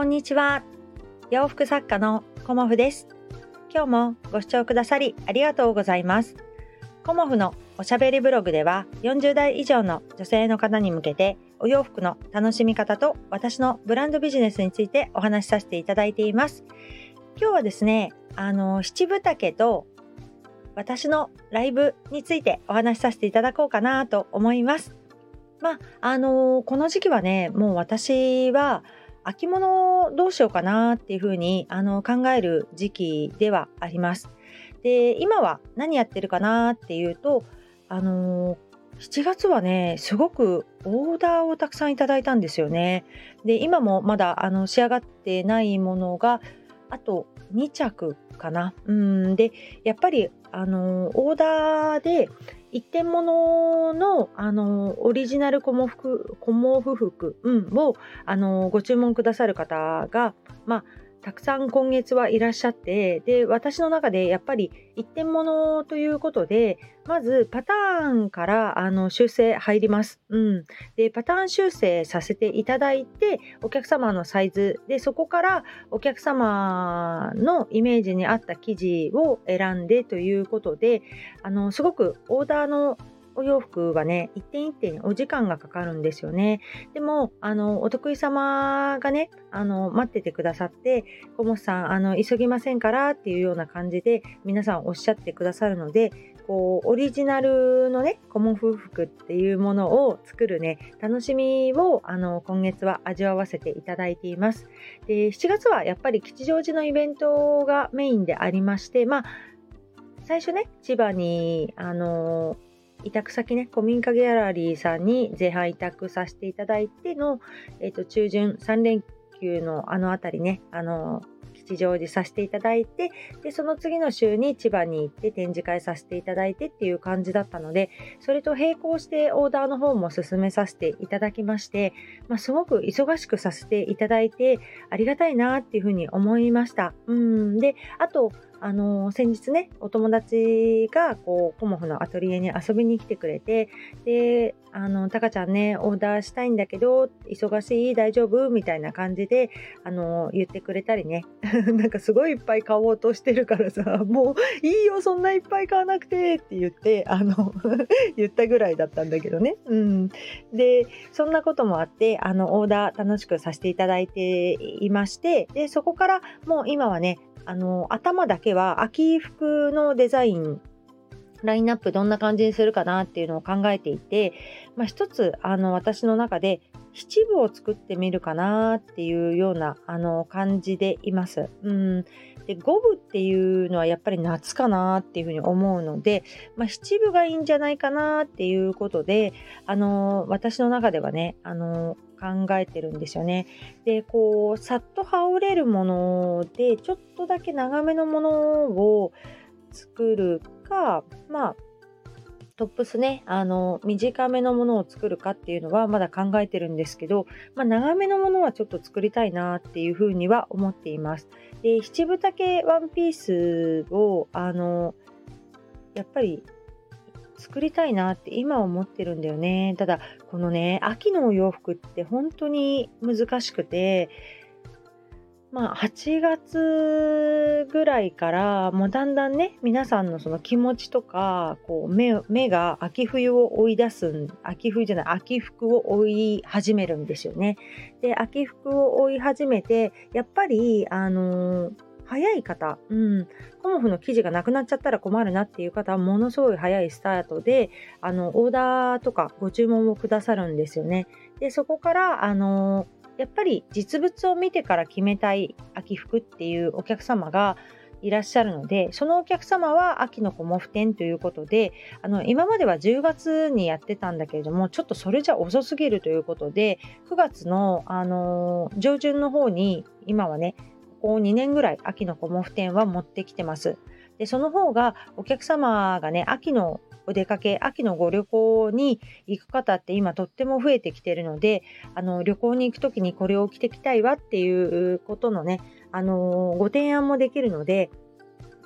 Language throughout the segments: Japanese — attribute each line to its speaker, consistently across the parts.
Speaker 1: こんにちは。洋服作家のコモフです。今日もご視聴くださりありがとうございます。コモフのおしゃべりブログでは40代以上の女性の方に向けてお洋服の楽しみ方と私のブランドビジネスについてお話しさせていただいています。今日はですね、七分丈と私のライブについてお話しさせていただこうかなと思います。この時期はね、もう私は秋物どうしようかなっていうふうに考える時期ではあります。で、今は何やってるかなっていうと、7月はね、すごくオーダーをたくさんいただいたんですよね。で、今もまだ仕上がってないものがあと2着かな。で、やっぱりオーダーで一点物のオリジナルコモフ服、をご注文くださる方がたくさん今月はいらっしゃって、で私の中でやっぱり一点物ということで、まずパターンから修正入ります。でパターン修正させていただいて、お客様のサイズでそこからお客様のイメージに合った生地を選んでということで、すごくオーダーのお洋服はね、一点一点にお時間がかかるんですよね。でもお得意様がね、待っててくださって、コモフさん急ぎませんからっていうような感じで皆さんおっしゃってくださるので、こうオリジナルのねコモフ服っていうものを作るね楽しみを今月は味わわせていただいています。で、7月はやっぱり吉祥寺のイベントがメインでありまして、最初ね、千葉に委託先ね、古民家ギャラリーさんに前半委託させていただいての、中旬3連休のあたりね、吉祥寺させていただいて、でその次の週に千葉に行って展示会させていただいてっていう感じだったので、それと並行してオーダーの方も進めさせていただきまして、すごく忙しくさせていただいてありがたいなっていうふうに思いました。で、あと先日ね、お友達がコモフのアトリエに遊びに来てくれて、で、タカちゃんね、オーダーしたいんだけど、忙しい？大丈夫？みたいな感じで、言ってくれたりね。なんかすごいいっぱい買おうとしてるからさ、もういいよ、そんないっぱい買わなくてって言って、言ったぐらいだったんだけどね。で、そんなこともあって、オーダー楽しくさせていただいていまして、で、そこからもう今はね、頭だけは秋服のデザインラインナップどんな感じにするかなっていうのを考えていて、一つ私の中で七分を作ってみるかなっていうような感じでいます。で、五分っていうのはやっぱり夏かなっていうふうに思うので、七分がいいんじゃないかなっていうことで、私の中ではね考えてるんですよね。で、こうさっと羽織れるものでちょっとだけ長めのものを作るか、トップスね、短めのものを作るかっていうのはまだ考えてるんですけど、長めのものはちょっと作りたいなっていうふうには思っています。で、七分丈ワンピースをやっぱり作りたいなって今思ってるんだよね。ただこのね、秋のお洋服って本当に難しくて、8月ぐらいからもうだんだんね、皆さんのその気持ちとかこう目が秋冬を追い出す、秋服を追い始めるんですよね。で、秋服を追い始めて、やっぱり早い方、コモフの生地がなくなっちゃったら困るなっていう方はものすごい早いスタートでオーダーとかご注文をくださるんですよね。で、そこからやっぱり実物を見てから決めたい秋服っていうお客様がいらっしゃるので、そのお客様は秋のコモフ展ということで、今までは10月にやってたんだけれども、ちょっとそれじゃ遅すぎるということで、9月の、上旬の方に今はね、ここ2年ぐらい秋のコモフ展は持ってきてます。で、その方がお客様がね、秋のお出かけ、秋のご旅行に行く方って今とっても増えてきているので、旅行に行くときにこれを着てきたいわっていうことのね、ご提案もできるので、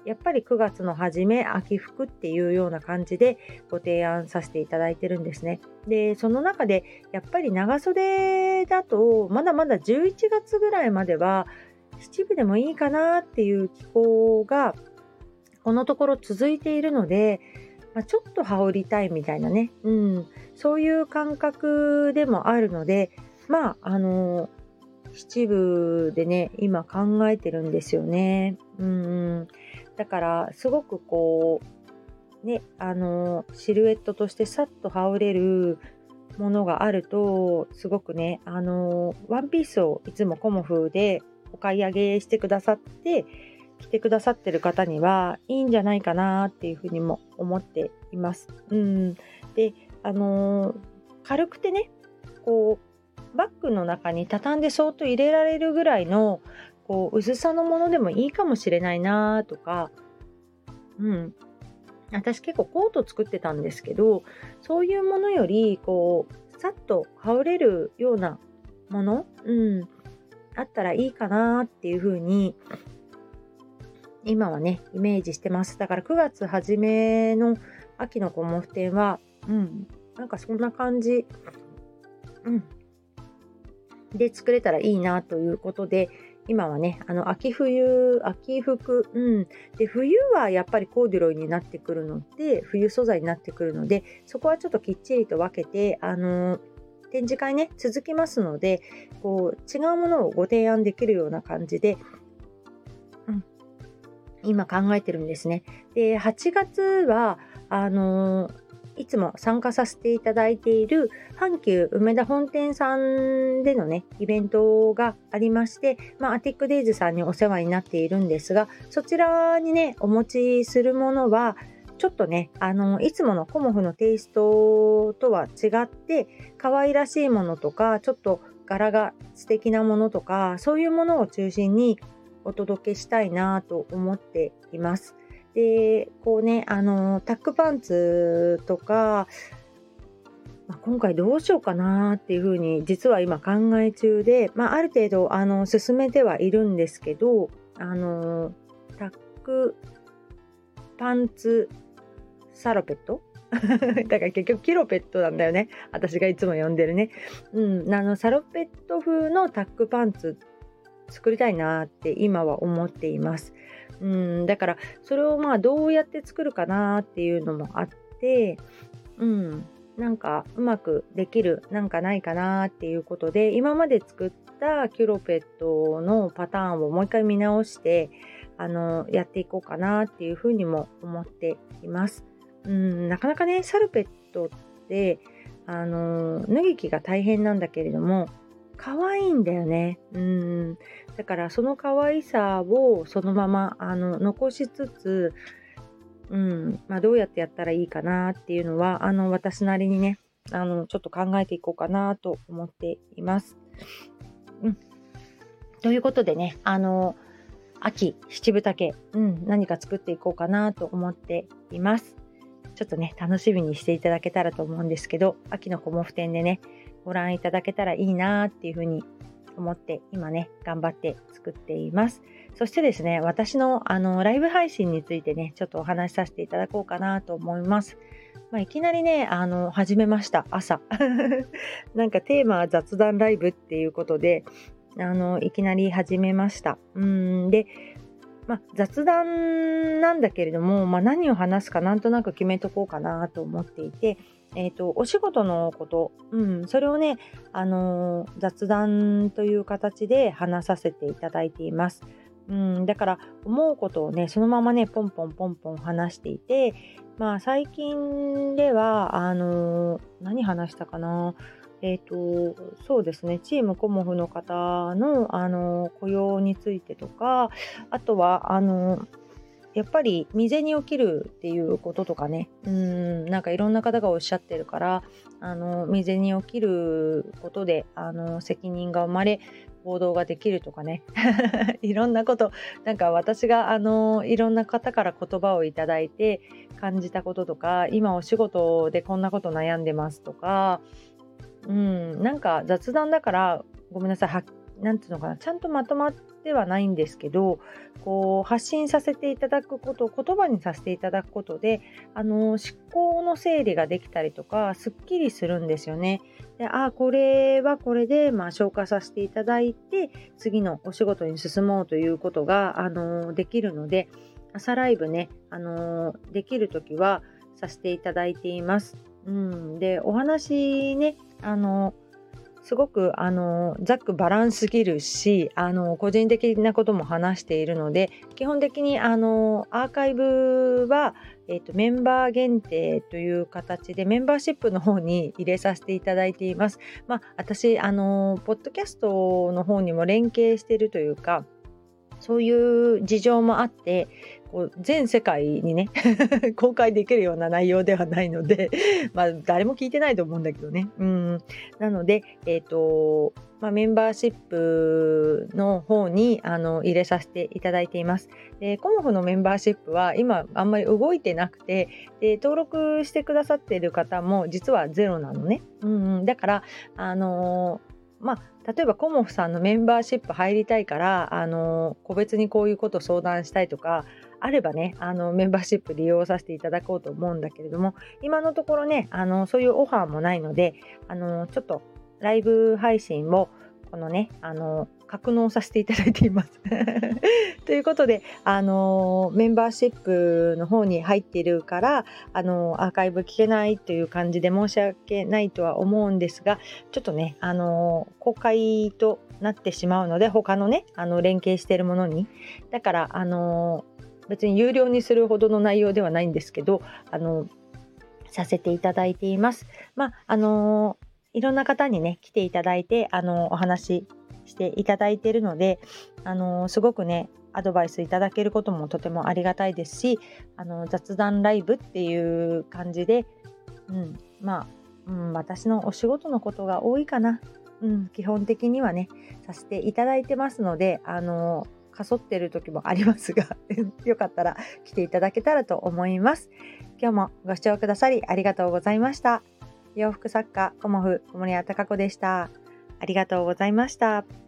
Speaker 1: やっぱり9月の初め秋服っていうような感じでご提案させていただいてるんですね。でその中でやっぱり長袖だとまだまだ11月ぐらいまでは七分でもいいかなっていう気候がこのところ続いているので、ちょっと羽織りたいみたいなね、そういう感覚でもあるので、七分でね今考えてるんですよね。だからすごくこうねシルエットとしてさっと羽織れるものがあるとすごくねワンピースをいつもコモフでお買い上げしてくださって着てくださってる方にはいいんじゃないかなっていうふうにも思っています。で軽くてねこうバッグの中に畳んでそーっと入れられるぐらいのこう薄さのものでもいいかもしれないなとか、私結構コート作ってたんですけど、そういうものよりこうさっと羽織れるようなもの、あったらいいかなっていうふうに今はねイメージしてます。だから9月初めの秋のコモフ展は、なんかそんな感じ、で作れたらいいなということで、今はね秋服、で冬はやっぱりコーデュロイになってくるので、冬素材になってくるので、そこはちょっときっちりと分けて展示会ね続きますので、こう違うものをご提案できるような感じで、今考えてるんですね。で8月はいつも参加させていただいている阪急梅田本店さんでのねイベントがありまして、アティックデイズさんにお世話になっているんですが、そちらにねお持ちするものはちょっとねいつものコモフのテイストとは違って可愛らしいものとか、ちょっと柄が素敵なものとか、そういうものを中心にお届けしたいなと思っています。でこうねタックパンツとか、今回どうしようかなっていうふうに実は今考え中で、ある程度進めてはいるんですけど、タックパンツサロペットだから結局キロペットなんだよね、私がいつも呼んでるね。サロペット風のタックパンツ作りたいなって今は思っています。だからそれをどうやって作るかなっていうのもあって、なんかうまくできるなんかないかなっていうことで、今まで作ったキュロペットのパターンをもう一回見直してやっていこうかなっていうふうにも思っています。なかなかねサルペットって脱ぎ着が大変なんだけれども可愛いんだよね。だからその可愛さをそのまま残しつつ、どうやってやったらいいかなっていうのは私なりにねちょっと考えていこうかなと思っています。ということでね秋七分丈、何か作っていこうかなと思っています。ちょっとね楽しみにしていただけたらと思うんですけど、秋のコモフ展でねご覧いただけたらいいなっていうふうに思って今ね頑張って作っています。そしてですね、私のライブ配信についてねちょっとお話しさせていただこうかなと思います。いきなりね始めました。朝なんかテーマは雑談ライブっていうことでいきなり始めました。で雑談なんだけれども、何を話すかなんとなく決めとこうかなと思っていて、お仕事のこと、それをね、雑談という形で話させていただいています。だから思うことをねそのままねポンポン話していて、最近では何話したかな。そうですね、チームコモフの方の雇用についてとか、あとはやっぱり未然に起きるっていうこととかね、なんかいろんな方がおっしゃってるから、未然に起きることで責任が生まれ行動ができるとかねいろんなこと、なんか私がいろんな方から言葉をいただいて感じたこととか、今お仕事でこんなこと悩んでますとか、なんか雑談だからごめんなさい、なんていうのかな、ちゃんとまとまっではないんですけど、発信させていただくこと、言葉にさせていただくことで、思考の整理ができたりとか、すっきりするんですよね。で、これはこれで、消化させていただいて、次のお仕事に進もうということが、できるので、朝ライブね、できるときはさせていただいています。で、お話ね、すごくざっくばらんすぎるし、個人的なことも話しているので、基本的にアーカイブは、メンバー限定という形でメンバーシップの方に入れさせていただいています。私ポッドキャストの方にも連携しているというか、そういう事情もあって、全世界にね公開できるような内容ではないので誰も聞いてないと思うんだけどね。なので、メンバーシップの方に入れさせていただいています。で、コモフのメンバーシップは今あんまり動いてなくて、で登録してくださっている方も実はゼロなのね。だから例えばコモフさんのメンバーシップ入りたいから、個別にこういうことを相談したいとかあればね、メンバーシップ利用させていただこうと思うんだけれども、今のところね、そういうオファーもないので、ちょっとライブ配信をこのね、格納させていただいていますということで、メンバーシップの方に入っているからアーカイブ聞けないという感じで申し訳ないとは思うんですが、ちょっとね、公開となってしまうので、他のね連携しているものに、だから別に有料にするほどの内容ではないんですけど、させていただいています。いろんな方にね来ていただいてお話していただいているので、すごくねアドバイスいただけることもとてもありがたいですし、雑談ライブっていう感じで、私のお仕事のことが多いかな。基本的にはねさせていただいてますので、かそってる時もありますがよかったら来ていただけたらと思います。今日もご視聴くださりありがとうございました。洋服作家コモフ小森屋貴子でした。ありがとうございました。